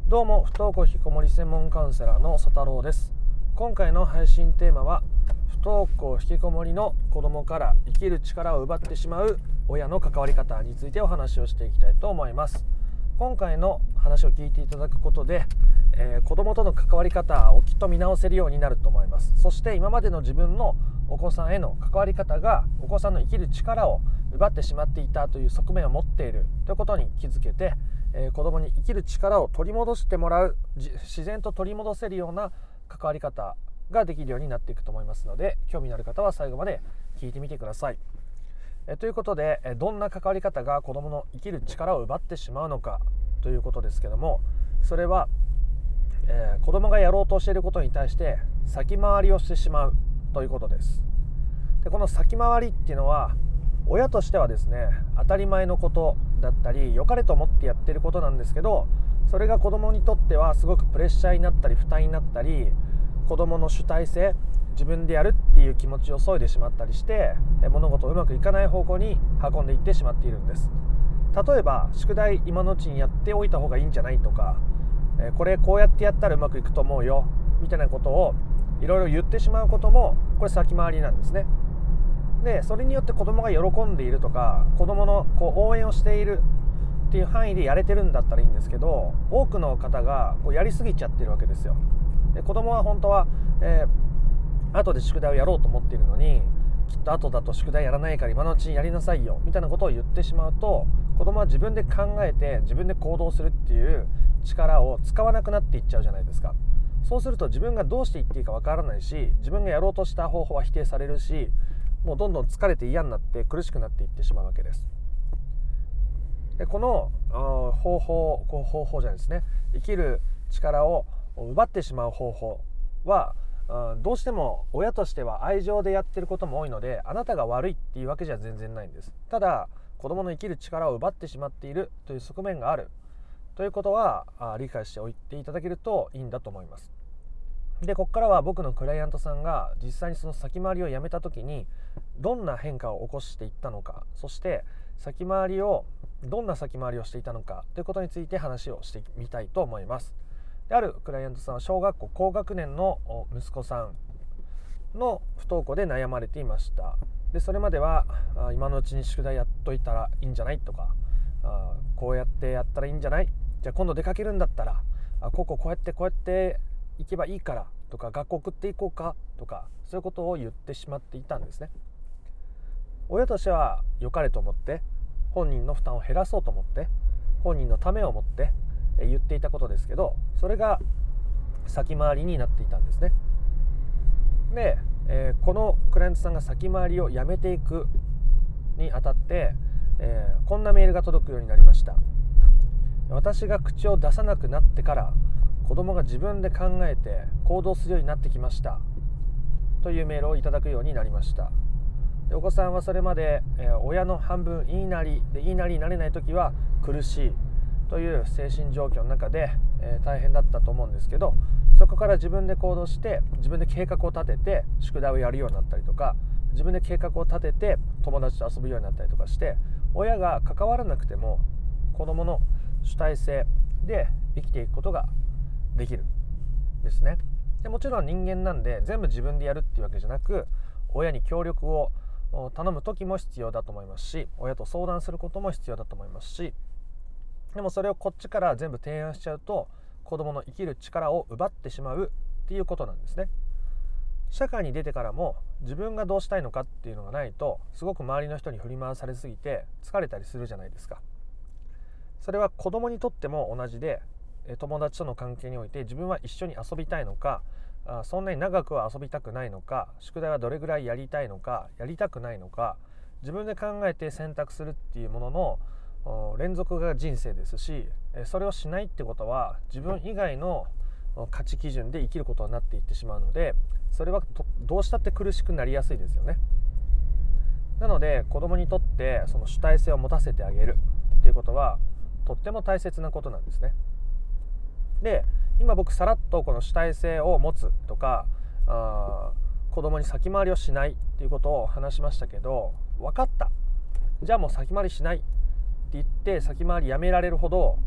どうも、不登校引きこもり専門カウンセラーの曽太郎です。今回の配信テーマは、不登校引きこもりの子供から生きる力を奪ってしまう親の関わり方についてお話をしていきたいと思います。今回の話を聞いていただくことで、子供との関わり方をきっと見直せるようになると思います。そして今までの自分のお子さんへの関わり方がお子さんの生きる力を奪ってしまっていたという側面を持っているということに気づけて、子供に生きる力を取り戻してもらう、自然と取り戻せるような関わり方ができるようになっていくと思いますので、興味のある方は最後まで聞いてみてください。ということで、どんな関わり方が子供の生きる力を奪ってしまうのかということですけども、それは、子供がやろうとしていることに対して先回りをしてしまうということです。で、この先回りっていうのは親としてはですね、当たり前のことだったり良かれと思ってやってることなんですけど、それが子供にとってはすごくプレッシャーになったり負担になったり、子供の主体性、自分でやるっていう気持ちを削いでしまったりして、物事をうまくいかない方向に運んでいってしまっているんです。例えば、宿題今のうちにやっておいた方がいいんじゃないとか、これこうやってやったらうまくいくと思うよみたいなことをいろいろ言ってしまうことも、これ先回りなんですね。で、それによって子供が喜んでいるとか、子供の応援をしているっていう範囲でやれてるんだったらいいんですけど、多くの方がやりすぎちゃってるわけですよ。で、子供は本当は、後で宿題をやろうと思っているのに、きっと後だと宿題やらないから今のうちにやりなさいよみたいなことを言ってしまうと、子供は自分で考えて自分で行動するっていう力を使わなくなっていっちゃうじゃないですか。そうすると自分がどうしていっていいかわからないし、自分がやろうとした方法は否定されるし、もうどんどん疲れて嫌になって苦しくなっていってしまうわけです。で、この方法じゃないですね、生きる力を奪ってしまう方法は、どうしても親としては愛情でやってることも多いので、あなたが悪いっていうわけじゃ全然ないんです。ただ、子供の生きる力を奪ってしまっているという側面があるということは理解しておいていただけるといいんだと思います。で、ここからは僕のクライアントさんが実際にその先回りをやめた時にどんな変化を起こしていったのか、そしてどんな先回りをしていたのかということについて話をしてみたいと思います。で、あるクライアントさんは小学校高学年の息子さんの不登校で悩まれていました。で、それまでは今のうちに宿題やっといたらいいんじゃないとか、こうやってやったらいいんじゃない、じゃあ今度出かけるんだったらこうやって行けばいいからとか、学校送っていこうかとか、そういうことを言ってしまっていたんですね。親としては良かれと思って、本人の負担を減らそうと思って、本人のためを思って言っていたことですけど、それが先回りになっていたんですね。で、このクライアントさんが先回りをやめていくにあたって、こんなメールが届くようになりました。私が口を出さなくなってから子供が自分で考えて行動するようになってきましたというメールをいただくようになりました。で、お子さんはそれまで、親の半分言いなりになれない時は苦しいという精神状況の中で、大変だったと思うんですけど、そこから自分で行動して自分で計画を立てて宿題をやるようになったりとか、自分で計画を立てて友達と遊ぶようになったりとかして、親が関わらなくても子供の主体性で生きていくことができるんですね。で、もちろん人間なんで全部自分でやるっていうわけじゃなく、親に協力を頼む時も必要だと思いますし、親と相談することも必要だと思いますし、でもそれをこっちから全部提案しちゃうと子供の生きる力を奪ってしまうっていうことなんですね。社会に出てからも自分がどうしたいのかっていうのがないと、すごく周りの人に振り回されすぎて疲れたりするじゃないですか。それは子供にとっても同じで、友達との関係において自分は一緒に遊びたいのか、そんなに長くは遊びたくないのか、宿題はどれぐらいやりたいのかやりたくないのか、自分で考えて選択するっていうものの連続が人生ですし、それをしないってことは自分以外の価値基準で生きることになっていってしまうので、それはどうしたって苦しくなりやすいですよね。なので子供にとってその主体性を持たせてあげるっていうことはとっても大切なことなんですね。で、今僕さらっとこの主体性を持つとか、子供に先回りをしないっていうことを話しましたけど、分かった、じゃあもう先回りしないって言って先回りやめられるほど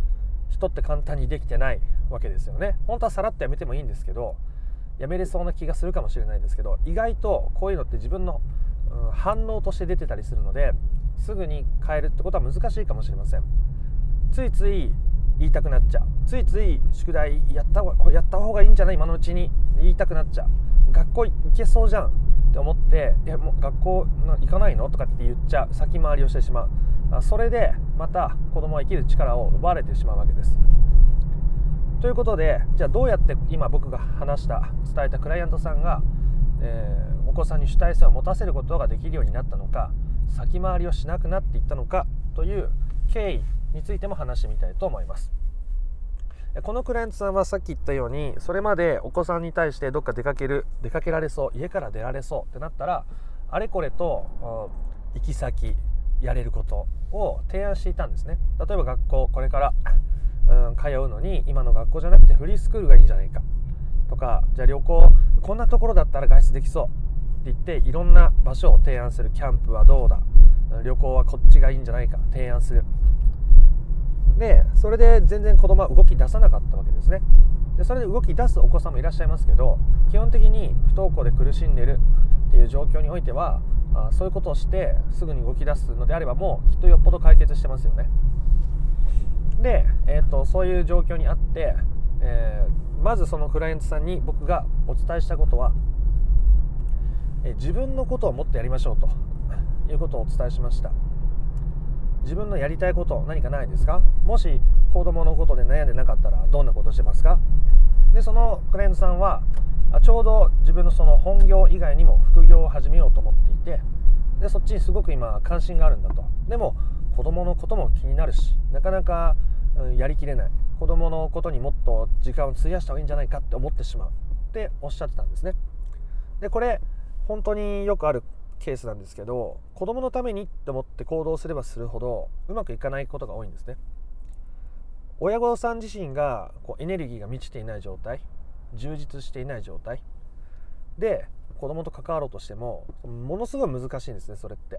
人って簡単にできてないわけですよね。本当はさらっとやめてもいいんですけど、やめれそうな気がするかもしれないですけど、意外とこういうのって自分の、反応として出てたりするので、すぐに変えるってことは難しいかもしれません。ついつい言いたくなっちゃう、ついつい宿題やった方がいいんじゃない今のうちに言いたくなっちゃう、学校行けそうじゃんって思って、もう学校行かないのとかって言っちゃう、先回りをしてしまう。それでまた子供は生きる力を奪われてしまうわけです。ということで、じゃあどうやって今僕が話した伝えたクライアントさんが、お子さんに主体性を持たせることができるようになったのか、先回りをしなくなっていったのかという経緯についても話してみたいと思います。このクライアントさんはさっき言ったように、それまでお子さんに対してどっか出かけられそう、家から出られそうってなったら、あれこれと行き先、やれることを提案していたんですね。例えば学校これから通うのに今の学校じゃなくてフリースクールがいいんじゃないかとか、じゃあ旅行こんなところだったら外出できそうって言っていろんな場所を提案する。キャンプはどうだ、旅行はこっちがいいんじゃないか提案する。でそれで全然子供は動き出さなかったわけですね。でそれで動き出すお子さんもいらっしゃいますけど、基本的に不登校で苦しんでいるっていう状況においては、そういうことをしてすぐに動き出すのであれば、もうきっとよっぽど解決してますよね。で、そういう状況にあって、まずそのクライアントさんに僕がお伝えしたことは、自分のことをもっとやりましょうということをお伝えしました。自分のやりたいこと何かないですか？もし子供のことで悩んでなかったらどんなことしてますか？でそのクライアントさんはちょうど自分のその本業以外にも副業を始めようと思っていて、でそっちにすごく今関心があるんだと。でも子供のことも気になるし、なかなかやりきれない、子供のことにもっと時間を費やした方がいいんじゃないかって思ってしまうっておっしゃってたんですね。でこれ本当によくあるケースなんですけど、子供のためにって思って行動すればするほどうまくいかないことが多いんですね。親御さん自身がエネルギーが満ちていない状態、充実していない状態で子供と関わろうとしてもものすごい難しいんですね。それって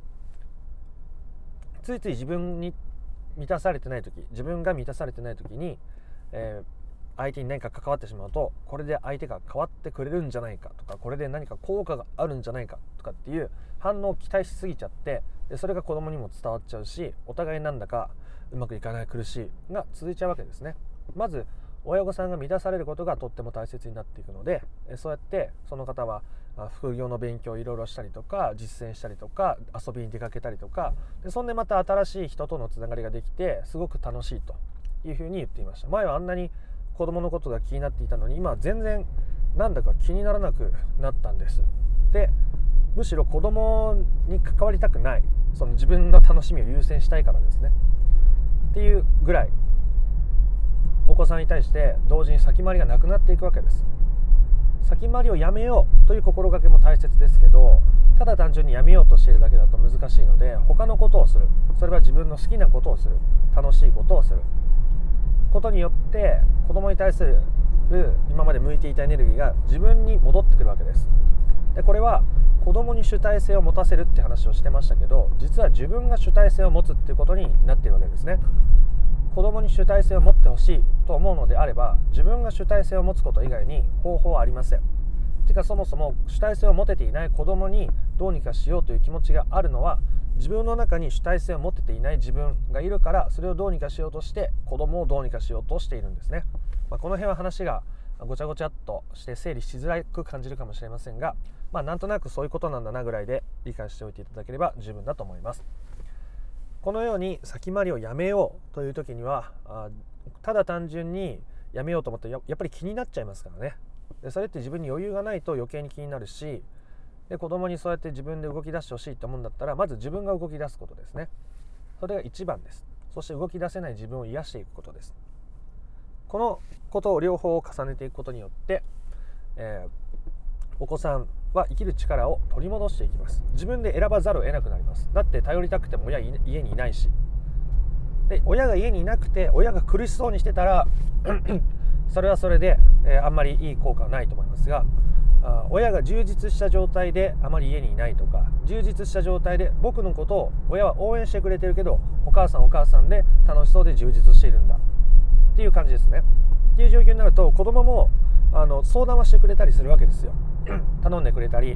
ついつい自分が満たされてない時に、相手に何か関わってしまうと、これで相手が変わってくれるんじゃないかとか、これで何か効果があるんじゃないかとかっていう反応を期待しすぎちゃって、でそれが子供にも伝わっちゃうし、お互いなんだかうまくいかない、苦しいが続いちゃうわけですね。まず親御さんが満たされることがとっても大切になっていくので、そうやってその方は副業の勉強をいろいろしたりとか、実践したりとか、遊びに出かけたりとかで、そんでまた新しい人とのつながりができてすごく楽しいというふうに言っていました。前はあんなに子供のことが気になっていたのに、今は全然なんだか気にならなくなったんです。でむしろ子供に関わりたくない、その自分の楽しみを優先したいからですねっていうぐらい、お子さんに対して同時に先回りがなくなっていくわけです。先回りをやめようという心がけも大切ですけど、ただ単純にやめようとしているだけだと難しいので、他のことをする、それは自分の好きなことをする、楽しいことをすることによって子供に対する今まで向いていたエネルギーが自分に戻ってくるわけです。でこれは子供に主体性を持たせるって話をしてましたけど、実は自分が主体性を持つっていうことになっているわけですね。子供に主体性を持ってほしいと思うのであれば、自分が主体性を持つこと以外に方法はありません。てかそもそも主体性を持てていない子供にどうにかしようという気持ちがあるのは、自分の中に主体性を持てていない自分がいるから、それをどうにかしようとして子供をどうにかしようとしているんですね。この辺は話がごちゃごちゃっとして整理しづらく感じるかもしれませんが、なんとなくそういうことなんだなぐらいで理解しておいていただければ十分だと思います。このように先回りをやめようという時には、ただ単純にやめようと思ってやっぱり気になっちゃいますからね。でそれって自分に余裕がないと余計に気になるし、で子供にそうやって自分で動き出してほしいと思うんだったら、まず自分が動き出すことですね。それが一番です。そして動き出せない自分を癒していくことです。このことを両方を重ねていくことによって、お子さんは生きる力を取り戻していきます。自分で選ばざるを得なくなります。だって頼りたくても家にいないし、で親が家にいなくて親が苦しそうにしてたらそれはそれで、あんまりいい効果はないと思いますが、親が充実した状態であまり家にいないとか、充実した状態で僕のことを親は応援してくれてるけどお母さんで楽しそうで充実しているんだっていう感じですね。っていう状況になると子供も相談はしてくれたりするわけですよ頼んでくれたり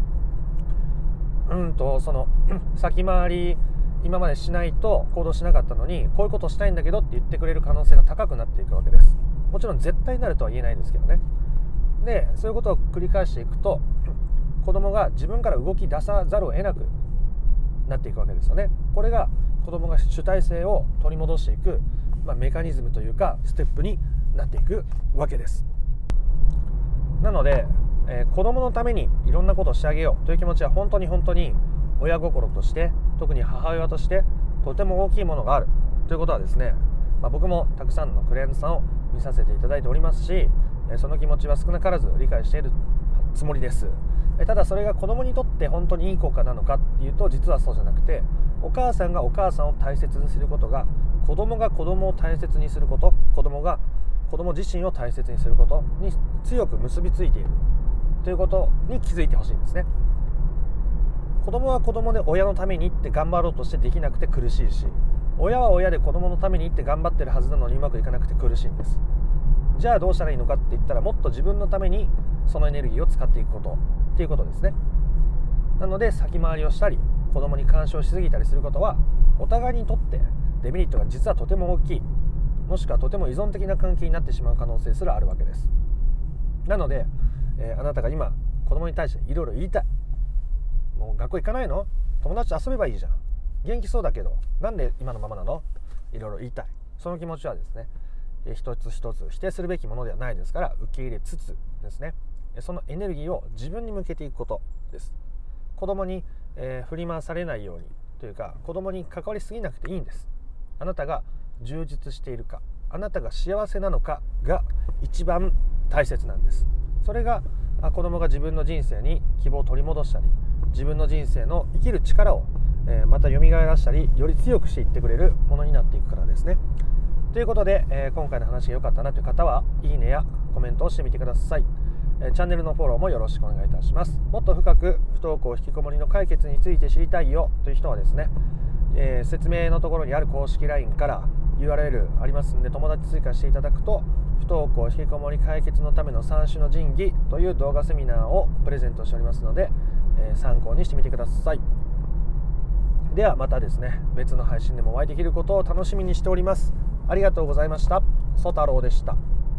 その先回り今までしないと行動しなかったのにこういうことしたいんだけどって言ってくれる可能性が高くなっていくわけです。もちろん絶対になるとは言えないですけどね。でそういうことを繰り返していくと子供が自分から動き出さざるを得なくなっていくわけですよね。これが子供が主体性を取り戻していく、メカニズムというかステップになっていくわけです。なので、子供のためにいろんなことをしてあげようという気持ちは本当に親心として特に母親としてとても大きいものがあるということはですね、僕もたくさんのクライアントさんを見させていただいておりますし、その気持ちは少なからず理解しているつもりです。ただそれが子供にとって本当にいい効果なのかっていうと実はそうじゃなくて、お母さんがお母さんを大切にすることが子供が子供を大切にすること、子供が子供自身を大切にすることに強く結びついているということに気づいてほしいんですね。子供は子供で親のためにって頑張ろうとしてできなくて苦しいし、親は親で子供のためにって頑張ってるはずなのにうまくいかなくて苦しいんです。じゃあどうしたらいいのかって言ったら、もっと自分のためにそのエネルギーを使っていくことっていうことですね。なので先回りをしたり子供に干渉しすぎたりすることはお互いにとってデメリットが実はとても大きい、もしくはとても依存的な関係になってしまう可能性すらあるわけです。なので、あなたが今子供に対していろいろ言いたい。もう学校行かないの？友達と遊べばいいじゃん。元気そうだけどなんで今のままなの？いろいろ言いたい。その気持ちはですね、一つ一つ否定するべきものではないですから受け入れつつですね、そのエネルギーを自分に向けていくことです。子供に、振り回されないようにというか、子供に関わりすぎなくていいんです。あなたが充実しているか、あなたが幸せなのかが一番大切なんです。それが子供が自分の人生に希望を取り戻したり、自分の人生の生きる力を、また蘇らしたり、より強くしていってくれるものになっていくからですね。ということで、今回の話が良かったなという方はいいねやコメントをしてみてください。チャンネルのフォローもよろしくお願いいたします。もっと深く不登校引きこもりの解決について知りたいよという人はですね、説明のところにある公式 LINE から URL ありますので友達追加していただくと、不登校引きこもり解決のための3種の神器という動画セミナーをプレゼントしておりますので、参考にしてみてください。ではまたですね、別の配信でもお会いできることを楽しみにしております。ありがとうございました。ソ太郎でした。